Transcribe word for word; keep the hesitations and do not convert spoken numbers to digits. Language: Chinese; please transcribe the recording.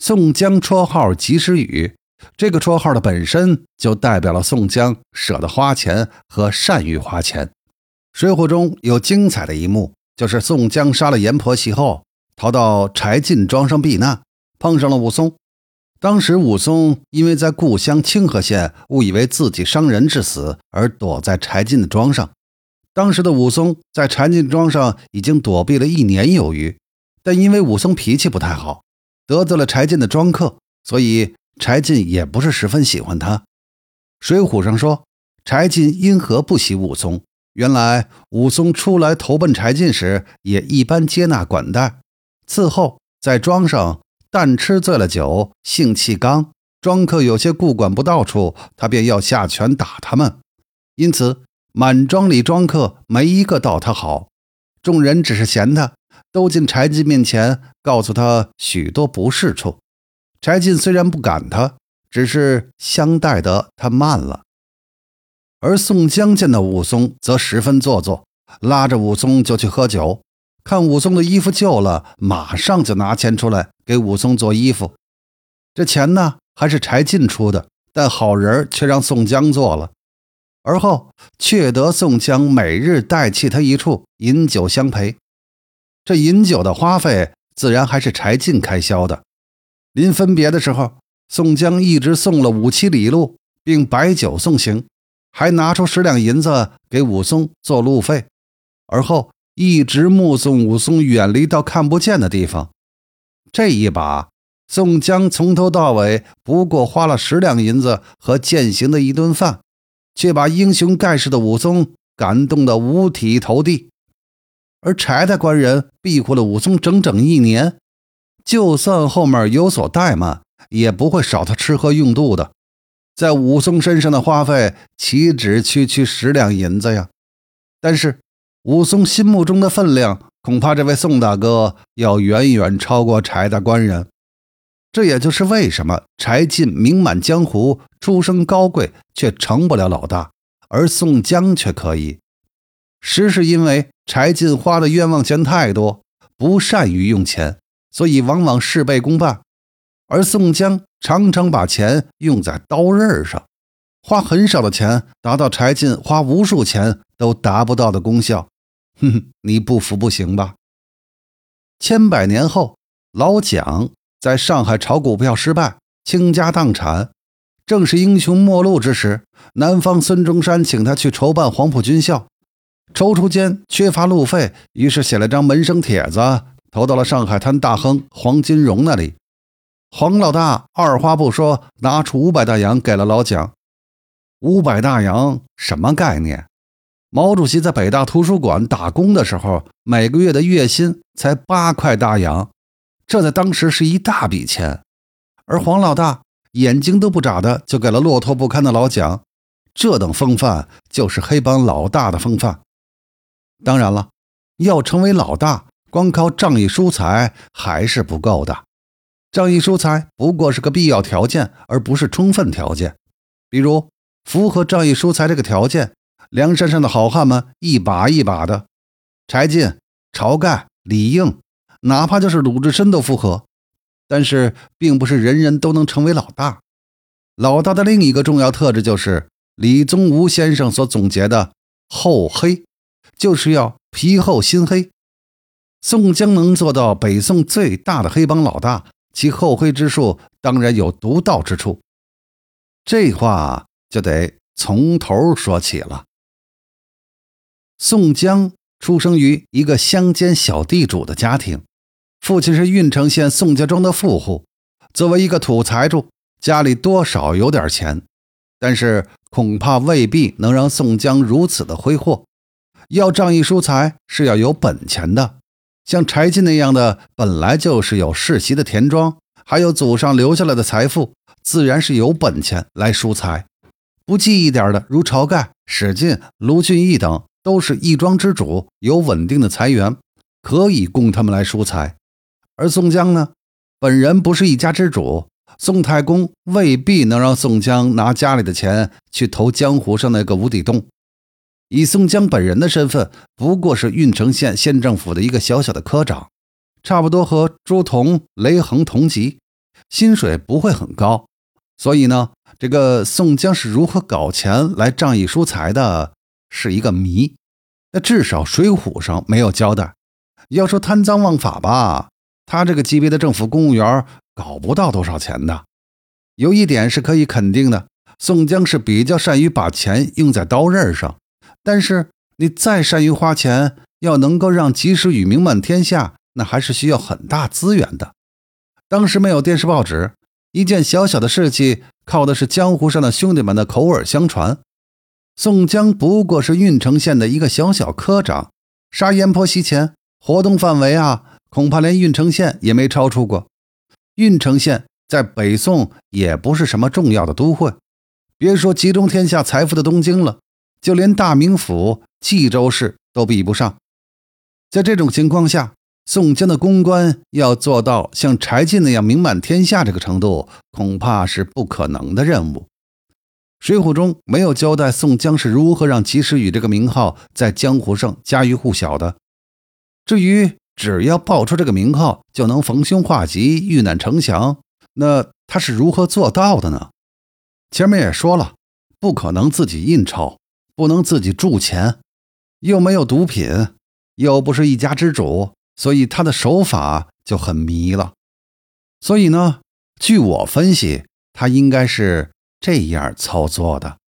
宋江绰号及时雨，这个绰号的本身就代表了宋江舍得花钱和善于花钱。水浒中有精彩的一幕，就是宋江杀了阎婆惜后，逃到柴进庄上避难，碰上了武松。当时武松因为在故乡清河县误以为自己伤人致死，而躲在柴进的庄上。当时的武松在柴进庄上已经躲避了一年有余，但因为武松脾气不太好，得罪了柴进的庄客，所以柴进也不是十分喜欢他。水浒上说，柴进因何不喜武松？原来武松出来投奔柴进时，也一般接纳管待。此后在庄上但吃醉了酒，性气刚，庄客有些顾管不到处，他便要下拳打他们。因此满庄里庄客没一个道他好，众人只是嫌他，都进柴进面前告诉他许多不是处。柴进虽然不赶他，只是相待得他慢了。而宋江见到武松则十分做作，拉着武松就去喝酒，看武松的衣服旧了，马上就拿钱出来给武松做衣服。这钱呢还是柴进出的，但好人却让宋江做了。而后却得宋江每日代弃他一处，饮酒相陪。这饮酒的花费自然还是柴进开销的。临分别的时候，宋江一直送了五七里路，并摆酒送行，还拿出十两银子给武松做路费。而后一直目送武松远离到看不见的地方。这一把宋江从头到尾不过花了十两银子和践行的一顿饭，却把英雄盖世的武松感动得五体投地。而柴大官人庇护了武松整整一年，就算后面有所怠慢，也不会少他吃喝用度的。在武松身上的花费岂止区区十两银子呀？但是武松心目中的分量，恐怕这位宋大哥要远远超过柴大官人。这也就是为什么柴进名满江湖，出身高贵，却成不了老大，而宋江却可以。实是因为柴进花的冤枉钱太多，不善于用钱，所以往往事倍功半。而宋江常常把钱用在刀刃上，花很少的钱达到柴进花无数钱都达不到的功效。哼哼，你不服不行吧？千百年后，老蒋在上海炒股票失败，倾家荡产。正是英雄末路之时，南方孙中山请他去筹办黄埔军校，踌躇间缺乏路费，于是写了张门生帖子，投到了上海滩大亨黄金荣那里。黄老大二话不说，拿出五百大洋给了老蒋。五百大洋什么概念？毛主席在北大图书馆打工的时候，每个月的月薪才八块大洋，这在当时是一大笔钱。而黄老大眼睛都不眨的就给了落拓不堪的老蒋，这等风范就是黑帮老大的风范。当然了，要成为老大，光靠仗义疏财还是不够的。仗义疏财不过是个必要条件，而不是充分条件。比如符合仗义疏财这个条件，梁山上的好汉们一把一把的，柴进、晁盖、李应，哪怕就是鲁智深都符合。但是并不是人人都能成为老大。老大的另一个重要特质就是李宗吾先生所总结的厚黑，就是要皮厚心黑。宋江能做到北宋最大的黑帮老大，其厚黑之术当然有独到之处。这话就得从头说起了。宋江出生于一个乡间小地主的家庭，父亲是郓城县宋家庄的富户。作为一个土财主，家里多少有点钱，但是恐怕未必能让宋江如此的挥霍。要仗义疏财是要有本钱的，像柴进那样的本来就是有世袭的田庄，还有祖上留下来的财富，自然是有本钱来疏财。不济一点的如晁盖、史进、卢俊义等，都是一庄之主，有稳定的财源，可以供他们来疏财。而宋江呢，本人不是一家之主，宋太公未必能让宋江拿家里的钱去投江湖上那个无底洞。以宋江本人的身份，不过是郓城县县政府的一个小小的科长，差不多和朱仝、雷横同级， 薪水不会很高。所以呢，这个宋江是如何搞钱来仗义疏财的，是一个谜。那至少水浒上没有交代。要说贪赃枉法吧，他这个级别的政府公务员搞不到多少钱的。有一点是可以肯定的，宋江是比较善于把钱用在刀刃上，但是你再善于花钱，要能够让及时雨名满天下，那还是需要很大资源的。当时没有电视报纸，一件小小的事情靠的是江湖上的兄弟们的口耳相传。宋江不过是郓城县的一个小小科长，杀阎婆惜钱，活动范围啊，恐怕连郓城县也没超出过。郓城县在北宋也不是什么重要的都会，别说集中天下财富的东京了，就连大名府冀州市都比不上。在这种情况下，宋江的公关要做到像柴进那样名满天下这个程度，恐怕是不可能的任务。水浒中没有交代宋江是如何让及时雨这个名号在江湖上家喻户晓的。至于只要报出这个名号就能逢凶化吉、遇难成祥，那他是如何做到的呢？前面也说了，不可能自己印钞，不能自己铸钱，又没有毒品，又不是一家之主，所以他的手法就很迷了。所以呢，据我分析，他应该是这样操作的。